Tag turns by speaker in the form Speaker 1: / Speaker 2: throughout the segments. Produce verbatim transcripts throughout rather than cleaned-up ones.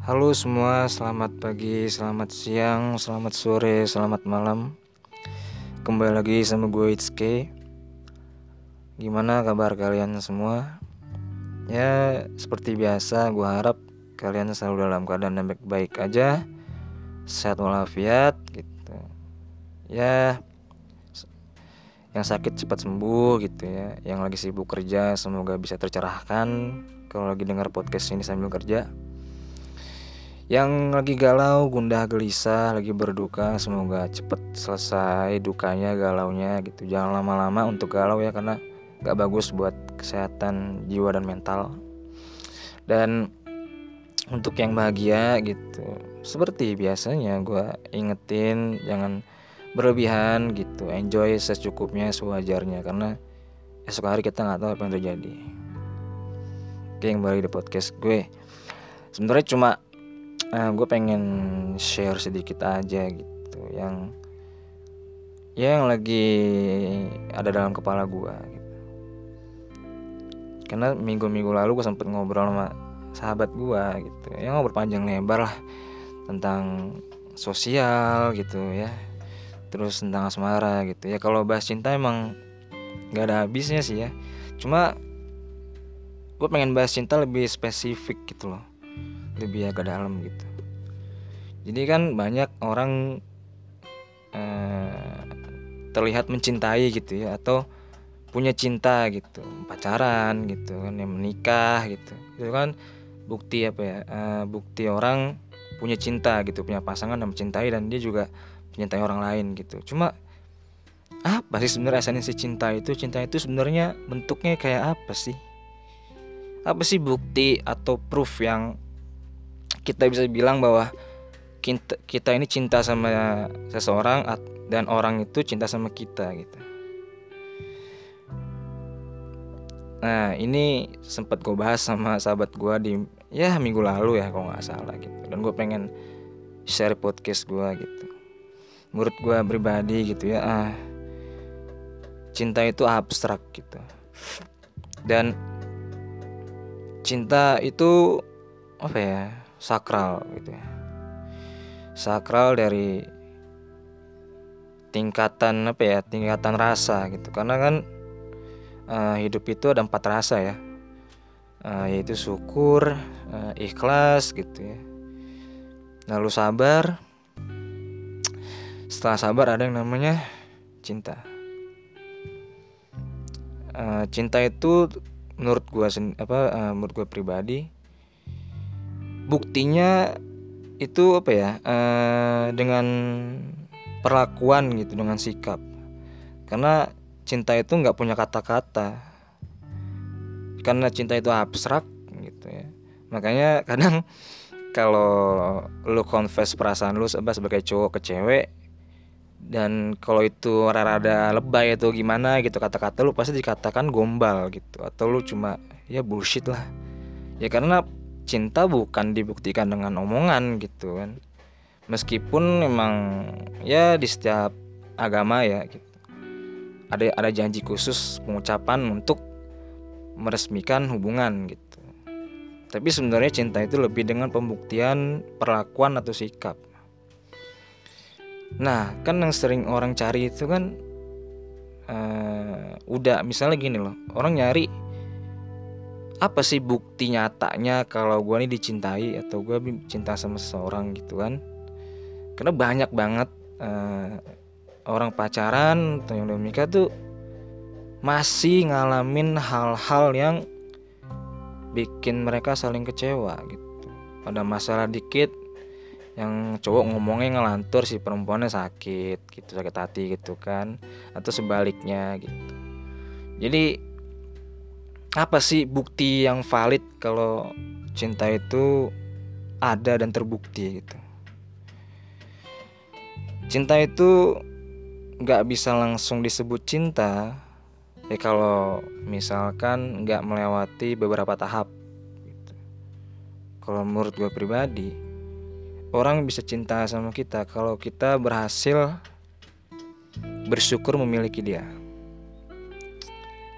Speaker 1: Halo semua, selamat pagi, selamat siang, selamat sore, selamat malam. Kembali lagi sama gue Itsuke. Gimana kabar kalian semua? Ya, seperti biasa gue harap kalian selalu dalam keadaan yang baik-baik aja, sehat walafiat gitu. Ya, yang sakit cepat sembuh gitu ya. Yang lagi sibuk kerja semoga bisa tercerahkan kalau lagi dengar podcast ini sambil kerja. Yang lagi galau, gundah, gelisah, lagi berduka, semoga cepet selesai dukanya, galaunya gitu. Jangan lama-lama untuk galau ya, karena gak bagus buat kesehatan jiwa dan mental. Dan untuk yang bahagia gitu, seperti biasanya gue ingetin jangan berlebihan gitu. Enjoy secukupnya, sewajarnya, karena esok hari kita gak tahu apa yang terjadi. Oke, yang balik di podcast gue, sebenarnya cuma Nah, gue pengen share sedikit aja gitu yang ya yang lagi ada dalam kepala gue gitu. Karena minggu-minggu lalu gue sempet ngobrol sama sahabat gue gitu, yang ngobrol panjang lebar lah tentang sosial gitu ya, terus tentang asmara gitu ya. Kalau bahas cinta emang gak ada habisnya sih ya, cuma gue pengen bahas cinta lebih spesifik gitu loh, lebih agak dalam gitu. Jadi kan banyak orang eh, terlihat mencintai gitu ya, atau punya cinta gitu, pacaran gitu kan, yang menikah gitu. Itu kan bukti apa ya? Eh, bukti orang punya cinta gitu, punya pasangan yang mencintai dan dia juga mencintai orang lain gitu. Cuma apa sih sebenarnya esensi cinta itu? Cinta itu sebenarnya bentuknya kayak apa sih? Apa sih bukti atau proof yang kita bisa bilang bahwa kita, kita ini cinta sama seseorang dan orang itu cinta sama kita gitu. Nah, ini sempat gue bahas sama sahabat gue di ya minggu lalu ya kalau nggak salah gitu. Dan gue pengen share podcast gue gitu. Menurut gue pribadi gitu ya, ah, cinta itu abstrak gitu. Dan cinta itu apa ya? Sakral gitu ya. Sakral dari tingkatan apa ya? Tingkatan rasa gitu. Karena kan uh, hidup itu ada empat rasa ya. Uh, yaitu syukur, uh, ikhlas gitu ya. Lalu sabar. Setelah sabar ada yang namanya cinta. Uh, cinta itu menurut gue apa? Uh, menurut gue pribadi, buktinya itu apa ya, uh, dengan perlakuan gitu, dengan sikap. Karena cinta itu nggak punya kata-kata, karena cinta itu abstrak gitu ya. Makanya kadang kalau lu confess perasaan lu sebagai cowok ke cewek, dan kalau itu rada-rada lebay atau gimana gitu kata-kata lu, pasti dikatakan gombal gitu, atau lu cuma ya bullshit lah ya. Karena cinta bukan dibuktikan dengan omongan gitu kan. Meskipun memang ya di setiap agama ya gitu, ada ada janji khusus pengucapan untuk meresmikan hubungan gitu. Tapi sebenarnya cinta itu lebih dengan pembuktian perlakuan atau sikap. Nah, kan yang sering orang cari itu kan uh, udah misalnya gini loh, orang nyari apa sih bukti nyatanya kalau gue nih dicintai atau gue cinta sama seseorang gitu kan. Karena banyak banget uh, orang pacaran atau yang udah menikah tuh masih ngalamin hal-hal yang bikin mereka saling kecewa gitu. Ada masalah dikit, yang cowok ngomongnya ngelantur, si perempuannya sakit gitu, sakit hati gitu kan, atau sebaliknya gitu. Jadi apa sih bukti yang valid kalau cinta itu ada dan terbukti gitu? Cinta itu gak bisa langsung disebut cinta ya kalau misalkan gak melewati beberapa tahap gitu. Kalau menurut gue pribadi, orang bisa cinta sama kita kalau kita berhasil bersyukur memiliki dia.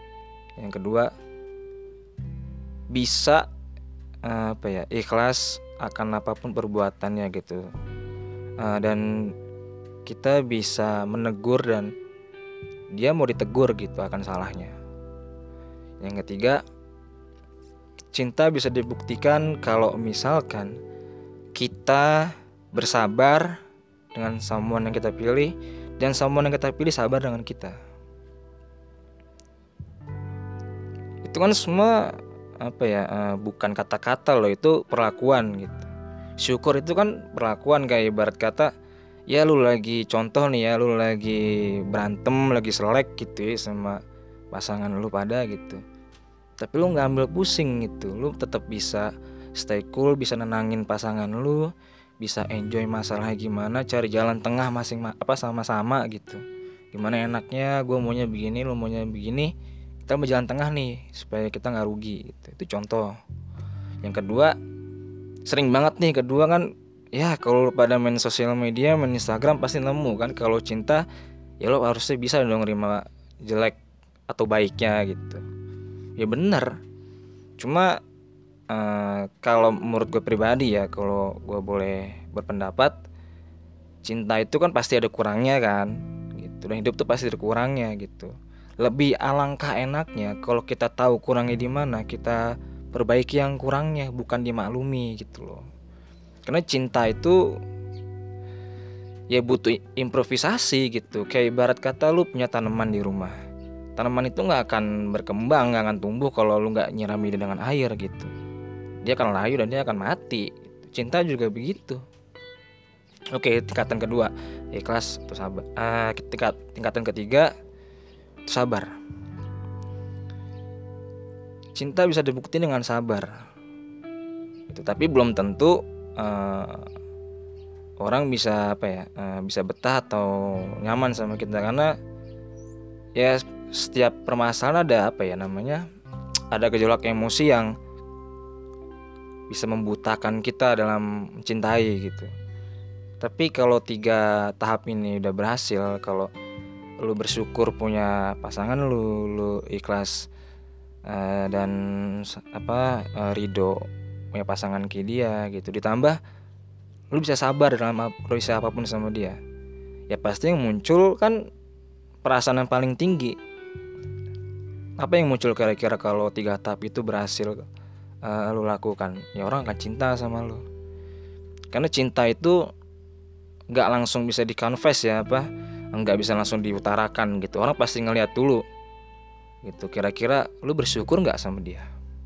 Speaker 1: Yang kedua, bisa apa ya, ikhlas akan apapun perbuatannya gitu. uh, dan kita bisa menegur dan dia mau ditegur gitu akan salahnya. Yang ketiga, cinta bisa dibuktikan kalau misalkan kita bersabar dengan someone yang kita pilih dan someone yang kita pilih sabar dengan kita. Itu kan semua apa ya, uh, bukan kata-kata loh, itu perlakuan gitu. Syukur itu kan perlakuan, kayak ibarat kata ya lu lagi contoh nih ya, lu lagi berantem, lagi selek gitu ya sama pasangan lu pada gitu. Tapi lu nggak ambil pusing gitu, lu tetap bisa stay cool, bisa nenangin pasangan lu, bisa enjoy masalahnya gimana, cari jalan tengah masing apa sama-sama gitu. Gimana enaknya, gue maunya begini, lu maunya begini, kita berjalan tengah nih supaya kita nggak rugi gitu. Itu contoh. Yang kedua, sering banget nih kedua kan, ya kalau pada main sosial media, main Instagram pasti nemu kan, kalau cinta ya lo harusnya bisa dong nerima jelek atau baiknya gitu. Ya bener, cuma uh, kalau menurut gue pribadi ya, kalau gue boleh berpendapat, cinta itu kan pasti ada kurangnya kan gitu, dan hidup tuh pasti ada kurangnya gitu. Lebih alangkah enaknya kalau kita tahu kurangnya di mana, kita perbaiki yang kurangnya, bukan dimaklumi gitu loh. Karena cinta itu ya butuh improvisasi gitu. Kayak ibarat kata lu punya tanaman di rumah, tanaman itu gak akan berkembang, gak akan tumbuh kalau lu gak nyirami dia dengan air gitu. Dia akan layu dan dia akan mati. Cinta juga begitu. Oke, tingkatan kedua, ikhlas atau sabar. uh, tingkat, Tingkatan ketiga, sabar. Cinta bisa dibuktikan dengan sabar itu, tapi belum tentu uh, orang bisa apa ya, uh, bisa betah atau nyaman sama kita, karena ya setiap permasalahan ada apa ya namanya, ada gejolak emosi yang bisa membutakan kita dalam mencintai gitu. Tapi kalau tiga tahap ini udah berhasil, kalau lu bersyukur punya pasangan lu, lu ikhlas uh, dan apa uh, ridho punya pasangan kayak dia gitu, ditambah lu bisa sabar dalam kondisi apapun sama dia, ya pasti yang muncul kan perasaan yang paling tinggi. Apa yang muncul kira-kira kalau tiga tahap itu berhasil uh, lu lakukan? Ya orang akan cinta sama lu. Karena cinta itu gak langsung bisa di-confess ya, apa nggak bisa langsung diutarakan gitu. Orang pasti ngeliat dulu gitu, kira-kira lu bersyukur gak sama dia,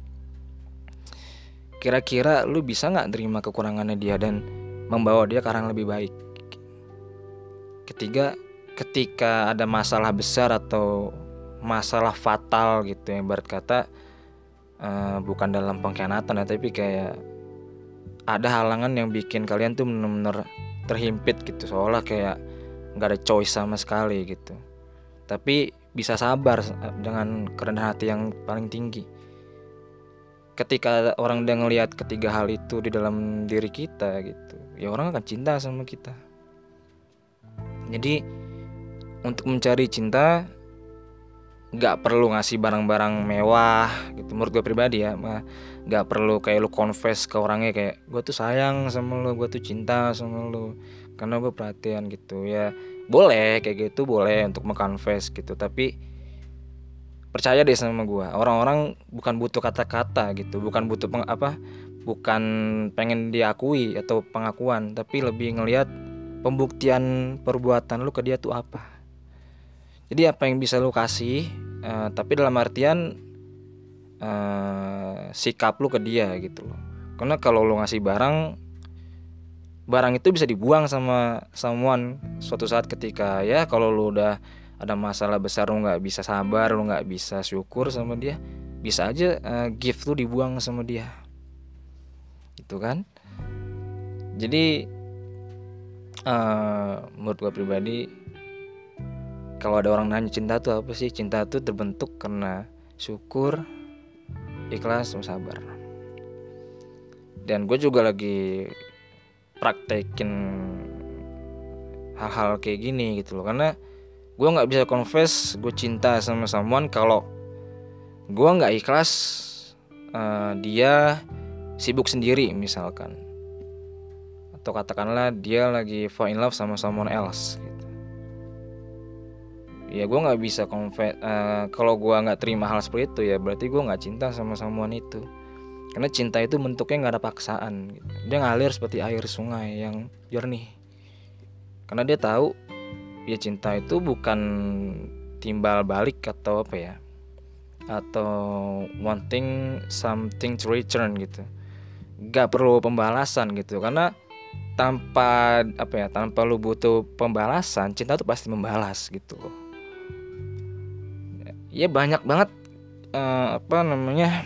Speaker 1: kira-kira lu bisa gak terima kekurangannya dia dan membawa dia ke arah yang lebih baik. Ketiga, ketika ada masalah besar atau masalah fatal gitu, yang ibarat kata uh, bukan dalam pengkhianatan ya, tapi kayak ada halangan yang bikin kalian tuh benar-benar terhimpit gitu, seolah kayak nggak ada choice sama sekali gitu. Tapi bisa sabar dengan kerendahan hati yang paling tinggi. Ketika orang udah ngelihat ketiga hal itu di dalam diri kita gitu, ya orang akan cinta sama kita. Jadi untuk mencari cinta gak perlu ngasih barang-barang mewah gitu, menurut gue pribadi ya. Gak perlu kayak lu confess ke orangnya kayak gue tuh sayang sama lu, gue tuh cinta sama lu karena gue perhatian gitu. Ya boleh kayak gitu, boleh untuk mengconfess gitu, tapi percaya deh sama gue, orang-orang bukan butuh kata-kata gitu, bukan butuh peng, apa bukan pengen diakui atau pengakuan, tapi lebih ngelihat pembuktian perbuatan lu ke dia tuh apa. Jadi apa yang bisa lu kasih, uh, tapi dalam artian uh, sikap lu ke dia gitu loh. Karena kalau lu ngasih barang, barang itu bisa dibuang sama someone suatu saat ketika ya kalau lu udah ada masalah besar, lu nggak bisa sabar, lu nggak bisa syukur sama dia, bisa aja uh, gift lu dibuang sama dia, gitu kan. Jadi uh, menurut gue pribadi, kalau ada orang nanya cinta tuh apa sih, cinta tuh terbentuk karena syukur, ikhlas, sama sabar. Dan gue juga lagi praktekin hal-hal kayak gini gitu loh, karena gue nggak bisa confess gue cinta sama someone kalau gue nggak ikhlas uh, dia sibuk sendiri misalkan, atau katakanlah dia lagi fall in love sama someone else gitu. Ya gue nggak bisa konve- uh, kalau gue nggak terima hal seperti itu, ya berarti gue nggak cinta sama someone itu. Karena cinta itu bentuknya nggak ada paksaan gitu. Dia ngalir seperti air sungai yang jernih. Karena dia tahu ya cinta itu bukan timbal balik atau apa ya, atau wanting something to return gitu. Gak perlu pembalasan gitu. Karena tanpa apa ya, tanpa lu butuh pembalasan, cinta tuh pasti membalas gitu. Ya banyak banget uh, apa namanya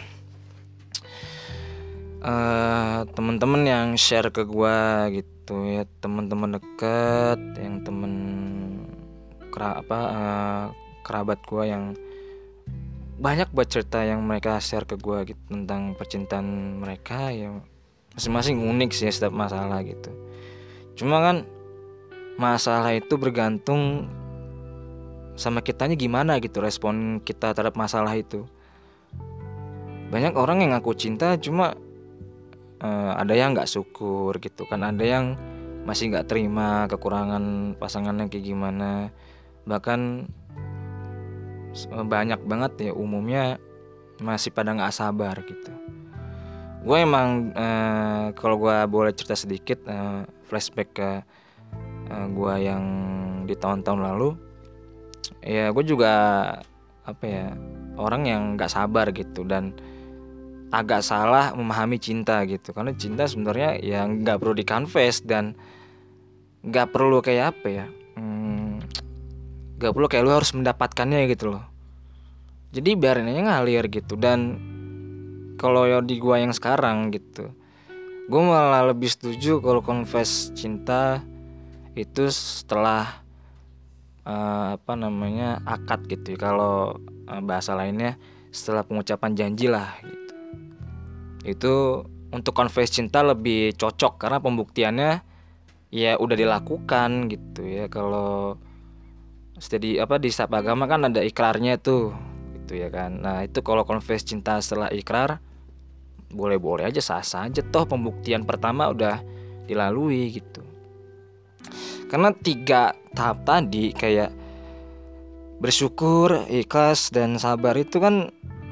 Speaker 1: uh, teman-teman yang share ke gua gitu ya, teman-teman dekat, yang temen kera, apa uh, kerabat gua yang banyak buat cerita yang mereka share ke gua gitu tentang percintaan mereka. Ya masing-masing unik sih setiap masalah gitu. Cuma kan masalah itu bergantung sama kitanya gimana gitu, respon kita terhadap masalah itu. Banyak orang yang ngaku cinta cuma uh, ada yang nggak syukur gitu kan, ada yang masih nggak terima kekurangan pasangannya kayak gimana. Bahkan banyak banget ya umumnya masih pada nggak sabar gitu. Gue emang uh, kalau gue boleh cerita sedikit uh, flashback ke uh, gue yang di tahun-tahun lalu. Ya gue juga apa ya, orang yang nggak sabar gitu dan agak salah memahami cinta gitu. Karena cinta sebenarnya ya nggak perlu di-confess dan nggak perlu kayak apa ya, hmm, nggak perlu kayak lu harus mendapatkannya gitu loh. Jadi biarin aja ngalir gitu. Dan kalau di gue yang sekarang gitu, gue malah lebih setuju kalau confess cinta itu setelah Uh, apa namanya akad gitu ya. Kalau uh, bahasa lainnya setelah pengucapan janji lah gitu. Itu untuk confess cinta lebih cocok karena pembuktiannya ya udah dilakukan gitu ya. Kalau di apa di setiap agama kan ada ikrarnya tuh gitu ya kan. Nah itu kalau confess cinta setelah ikrar boleh-boleh aja, sah-sah aja, toh pembuktian pertama udah dilalui gitu. Karena tiga tahap tadi kayak bersyukur, ikhlas, dan sabar itu kan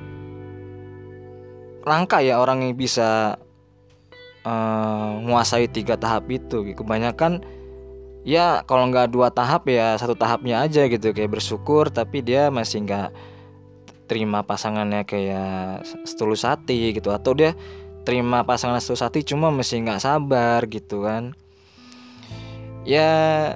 Speaker 1: langka ya orang yang bisa uh, menguasai tiga tahap itu. Kebanyakan ya kalau nggak dua tahap ya satu tahapnya aja gitu, kayak bersyukur tapi dia masih nggak terima pasangannya kayak setulus hati gitu, atau dia terima pasangan setulus hati cuma masih nggak sabar gitu kan. Ya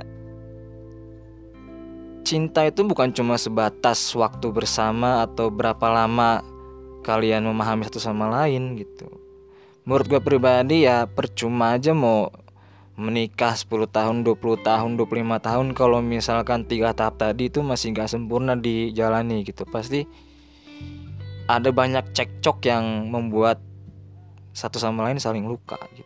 Speaker 1: cinta itu bukan cuma sebatas waktu bersama atau berapa lama kalian memahami satu sama lain gitu. Menurut gue pribadi ya percuma aja mau menikah sepuluh tahun, dua puluh tahun, dua puluh lima tahun kalau misalkan tiga tahap tadi itu masih gak sempurna dijalani gitu. Pasti ada banyak cekcok yang membuat satu sama lain saling luka gitu.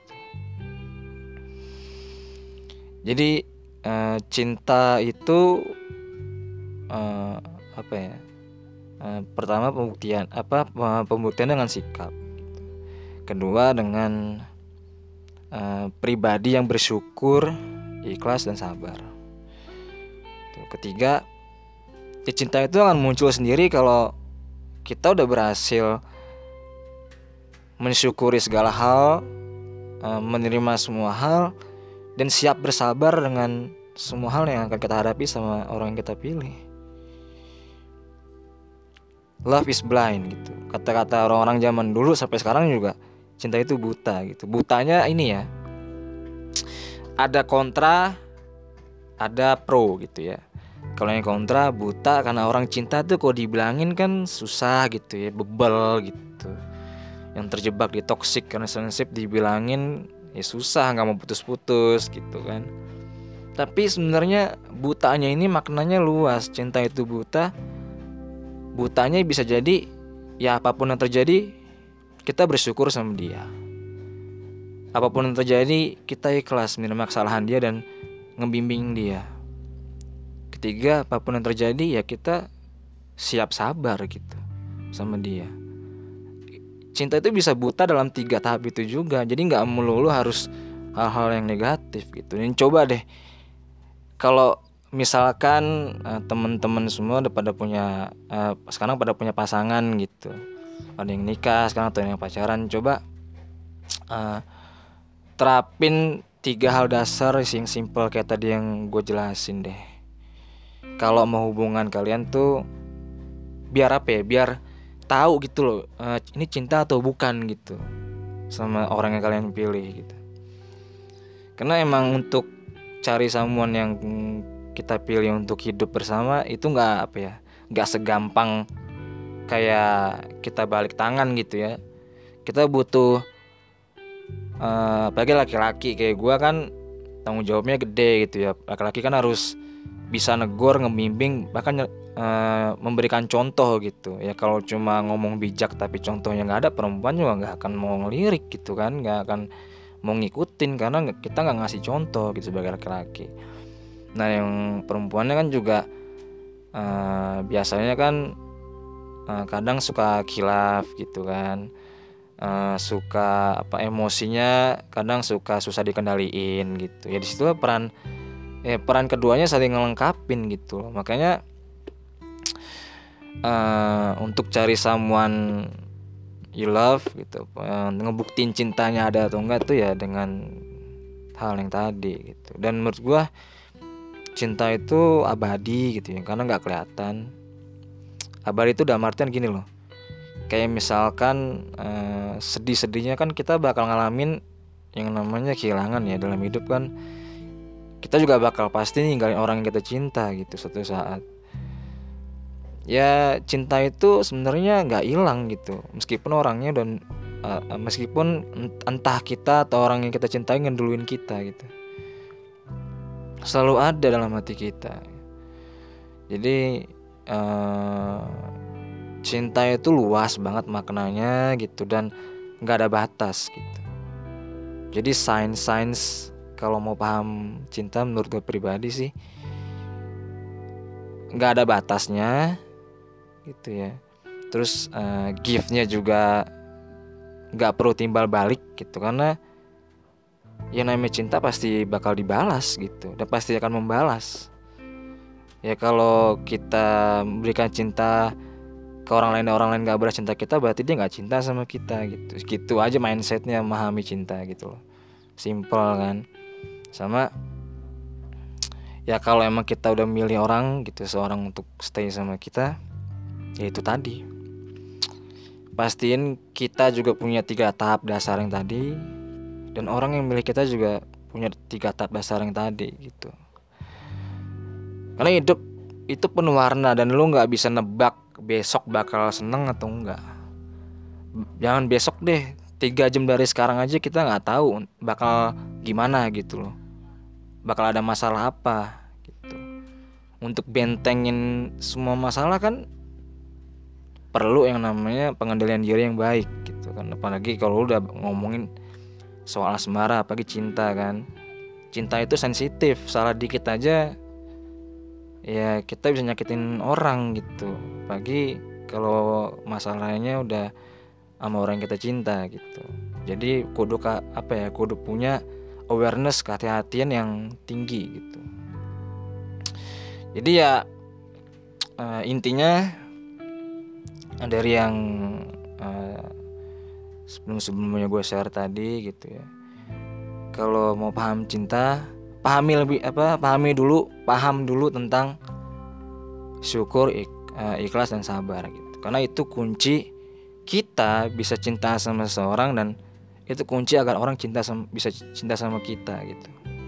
Speaker 1: Jadi uh, cinta itu uh, apa ya? Uh, pertama pembuktian apa pembuktian dengan sikap. Gitu. Kedua dengan uh, pribadi yang bersyukur, ikhlas dan sabar. Tuh, ketiga, ya cinta itu akan muncul sendiri kalau kita udah berhasil mensyukuri segala hal, uh, menerima semua hal, dan siap bersabar dengan semua hal yang akan kita hadapi sama orang yang kita pilih. Love is blind gitu. Kata-kata orang-orang zaman dulu sampai sekarang juga, cinta itu buta gitu. Butanya ini ya, ada kontra, ada pro gitu ya. Kalau yang kontra buta karena orang cinta tuh kalau dibilangin kan susah gitu ya, bebel gitu. Yang terjebak di toxic relationship dibilangin ya susah, nggak mau putus-putus gitu kan. Tapi sebenarnya butanya ini maknanya luas. Cinta itu buta. Butanya bisa jadi ya apapun yang terjadi kita bersyukur sama dia. Apapun yang terjadi kita ikhlas menerima kesalahan dia dan ngebimbing dia. Ketiga, apapun yang terjadi ya kita siap sabar gitu sama dia. Cinta itu bisa buta dalam tiga tahap itu juga. Jadi gak melulu harus hal-hal yang negatif gitu. Dan coba deh kalau misalkan uh, teman-teman semua udah pada punya uh, sekarang pada punya pasangan gitu, ada yang nikah sekarang atau yang pacaran, coba uh, terapin tiga hal dasar yang simple kayak tadi yang gue jelasin deh. Kalau mau hubungan kalian tuh biar apa ya, biar tahu gitu loh, uh, ini cinta atau bukan gitu sama orang yang kalian pilih gitu. Karena emang untuk cari someone yang kita pilih untuk hidup bersama itu nggak apa ya, nggak segampang kayak kita balik tangan gitu ya. Kita butuh uh, apalagi laki-laki kayak gue kan tanggung jawabnya gede gitu ya. Laki-laki kan harus bisa negor, ngembimbing, bahkan uh, memberikan contoh gitu ya. Kalau cuma ngomong bijak tapi contohnya nggak ada, perempuan juga nggak akan mau ngelirik gitu kan, nggak akan mau ngikutin karena kita nggak ngasih contoh gitu sebagai laki-laki. Nah yang perempuannya kan juga uh, biasanya kan uh, kadang suka khilaf gitu kan, uh, suka apa emosinya kadang suka susah dikendaliin gitu ya. Di situ peran eh peran keduanya saling ngelengkapin gitu loh. Makanya uh, untuk cari someone you love gitu, uh, ngebuktiin cintanya ada atau enggak tuh ya dengan hal yang tadi gitu. Dan menurut gua cinta itu abadi gitu ya, karena nggak kelihatan. Abadi itu dalam artian gini loh, kayak misalkan uh, sedih-sedihnya kan kita bakal ngalamin yang namanya kehilangan ya dalam hidup kan. Kita juga bakal pasti ninggalin orang yang kita cinta gitu suatu saat. Ya cinta itu sebenarnya nggak hilang gitu, meskipun orangnya dan uh, meskipun entah kita atau orang yang kita cintai ngeduluin kita gitu, selalu ada dalam hati kita. Jadi uh, cinta itu luas banget maknanya gitu, dan nggak ada batas gitu. Jadi sains-sains kalau mau paham cinta menurut gue pribadi sih nggak ada batasnya gitu ya. Terus uh, gift-nya juga nggak perlu timbal balik gitu, karena yang namanya cinta pasti bakal dibalas gitu, dan pasti akan membalas. Ya kalau kita berikan cinta ke orang lain dan orang lain nggak balas cinta kita, berarti dia nggak cinta sama kita gitu. Gitu aja mindsetnya memahami cinta gitu loh. Simple kan. Sama ya kalau emang kita udah milih orang gitu, seorang untuk stay sama kita, ya itu tadi, pastiin kita juga punya tiga tahap dasar yang tadi, dan orang yang milih kita juga punya tiga tahap dasar yang tadi gitu. Karena hidup itu penuh warna, dan lu nggak bisa nebak besok bakal seneng atau enggak. Jangan besok deh, tiga jam dari sekarang aja kita nggak tahu bakal gimana gitu loh, bakal ada masalah apa gitu. Untuk bentengin semua masalah kan perlu yang namanya pengendalian diri yang baik gitu kan. Apalagi kalau udah ngomongin soal asmara, apalagi cinta kan. Cinta itu sensitif, salah dikit aja ya kita bisa nyakitin orang gitu. Apalagi kalau masalahnya udah sama orang yang kita cinta gitu. Jadi kudu apa ya, kudu punya awareness, kehati-hatian yang tinggi gitu. Jadi ya uh, intinya dari yang uh, sebelum-sebelumnya gue share tadi gitu ya. Kalau mau paham cinta, pahami lebih apa? Pahami dulu, paham dulu tentang syukur, ik, uh, ikhlas dan sabar gitu. Karena itu kunci kita bisa cinta sama seseorang, dan itu kunci agar orang cinta sama, bisa cinta sama kita gitu.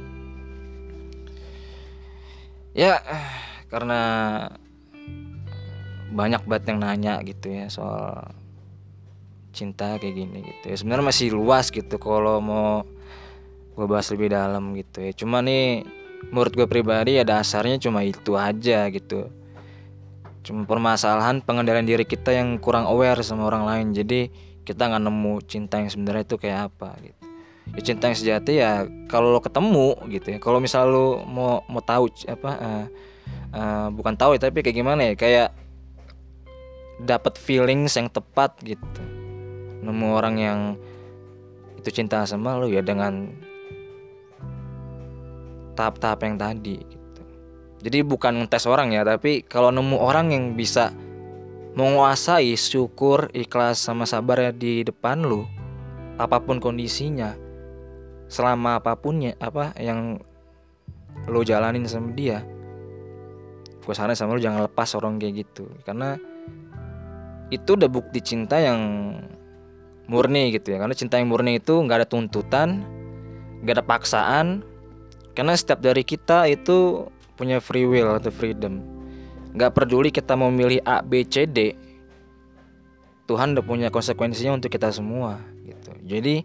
Speaker 1: Ya karena banyak banget yang nanya gitu ya soal cinta kayak gini gitu ya. Sebenarnya masih luas gitu kalau mau gue bahas lebih dalam gitu ya. Cuma nih menurut gue pribadi ya dasarnya cuma itu aja gitu. Cuma permasalahan pengendalian diri kita yang kurang aware sama orang lain. Jadi kita gak nemu cinta yang sebenarnya itu kayak apa gitu. Ya cinta yang sejati ya kalau lo ketemu gitu ya. Kalau misal lo mau mau tahu apa uh, uh, bukan tahu ya, tapi kayak gimana ya, kayak dapat feelings yang tepat gitu. Nemu orang yang itu cinta sama lo ya dengan tahap-tahap yang tadi gitu. Jadi bukan ngetes orang ya, tapi kalau nemu orang yang bisa menguasai syukur, ikhlas sama sabar ya di depan lu, apapun kondisinya, selama apapunnya apa yang lu jalanin sama dia, gue saran sama lu jangan lepas orang kayak gitu, karena itu udah bukti cinta yang murni gitu ya. Karena cinta yang murni itu nggak ada tuntutan, nggak ada paksaan, karena setiap dari kita itu punya free will atau freedom. Nggak peduli kita mau milih A, B, C, D, Tuhan udah punya konsekuensinya untuk kita semua gitu. Jadi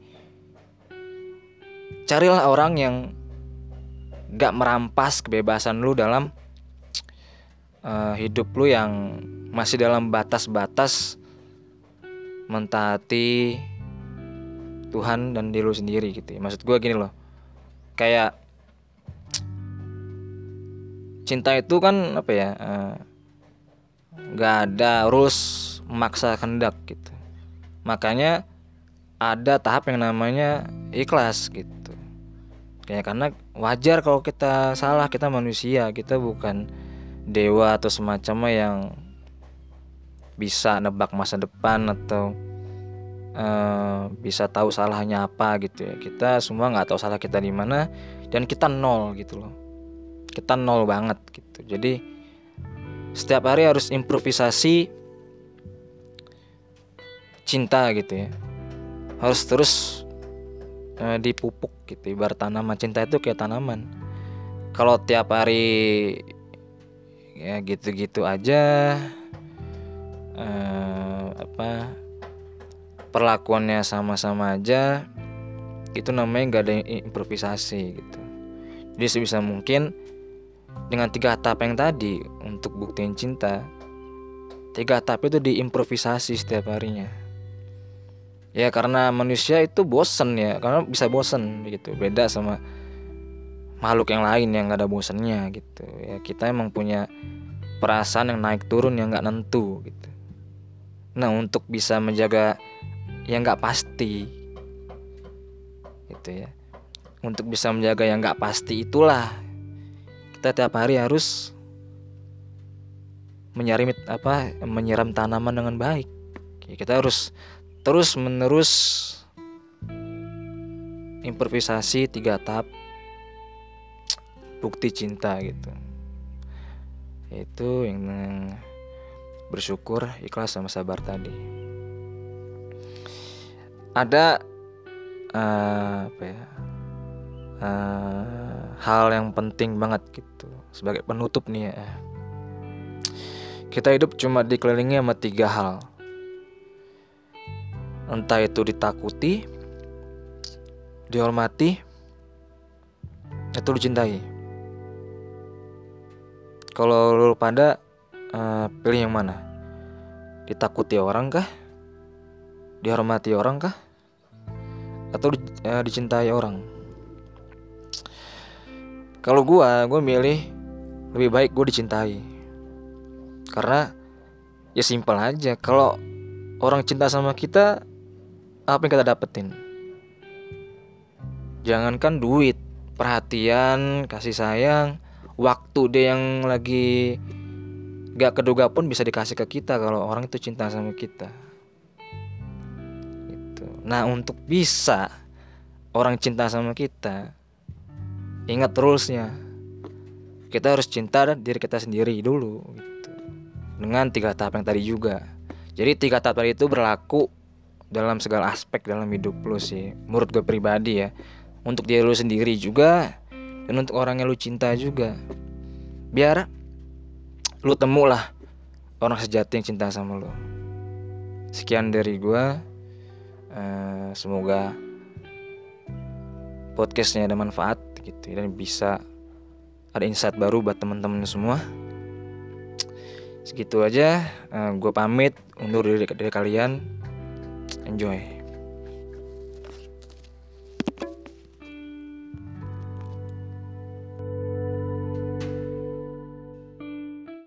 Speaker 1: carilah orang yang nggak merampas kebebasan lu dalam uh, hidup lu yang masih dalam batas-batas mentaati Tuhan dan diri lu sendiri gitu ya. Maksud gue gini loh, kayak cinta itu kan apa ya, nggak uh, ada rules memaksa kehendak gitu. Makanya ada tahap yang namanya ikhlas gitu. Kayak karena wajar kalau kita salah, kita manusia, kita bukan dewa atau semacamnya yang bisa nebak masa depan atau uh, bisa tahu salahnya apa gitu ya. Kita semua nggak tahu salah kita di mana, dan kita nol gitu loh. Kita nol banget gitu. Jadi setiap hari harus improvisasi cinta gitu ya. Harus terus uh, dipupuk gitu. Ibarat tanaman, cinta itu kayak tanaman. Kalau tiap hari ya gitu-gitu aja, Uh, apa perlakuannya sama-sama aja, itu namanya nggak ada improvisasi gitu. Jadi sebisa mungkin dengan tiga tahap yang tadi untuk buktiin cinta, tiga tahap itu diimprovisasi setiap harinya. Ya karena manusia itu bosen ya, karena bisa bosen gitu. Beda sama makhluk yang lain yang nggak ada bosennya gitu. Ya kita emang punya perasaan yang naik turun yang nggak nentu gitu. Nah untuk bisa menjaga yang nggak pasti gitu ya, untuk bisa menjaga yang nggak pasti itulah kita tiap hari harus menyiram apa menyiram tanaman dengan baik. Kita harus terus menerus improvisasi tiga tahap bukti cinta gitu. Itu yang bersyukur, ikhlas sama sabar tadi. Ada uh, apa ya uh, hal yang penting banget gitu sebagai penutup nih ya. Kita hidup cuma dikelilingi sama tiga hal. Entah itu ditakuti, dihormati, atau dicintai. Kalau lu pada uh, pilih yang mana? Ditakuti orang kah? Dihormati orang kah? Atau di, uh, dicintai orang? Kalau gua, gua milih lebih baik gua dicintai. Karena ya simpel aja. Kalau orang cinta sama kita, apa yang kita dapetin? Jangankan duit, perhatian, kasih sayang, waktu dia yang lagi gak keduga pun bisa dikasih ke kita kalau orang itu cinta sama kita gitu. Nah untuk bisa orang cinta sama kita, ingat rulesnya. Kita harus cinta diri kita sendiri dulu gitu. Dengan tiga tahap yang tadi juga. Jadi tiga tahap tadi itu berlaku dalam segala aspek dalam hidup lu sih, menurut gue pribadi ya. Untuk diri lu sendiri juga, dan untuk orang yang lu cinta juga. Biar lu temulah orang sejati yang cinta sama lu. Sekian dari gua. uh, Semoga podcastnya ada manfaat gitu, dan bisa ada insight baru buat teman-teman semua. Segitu aja. uh, Gua pamit undur diri dari kalian. Enjoy.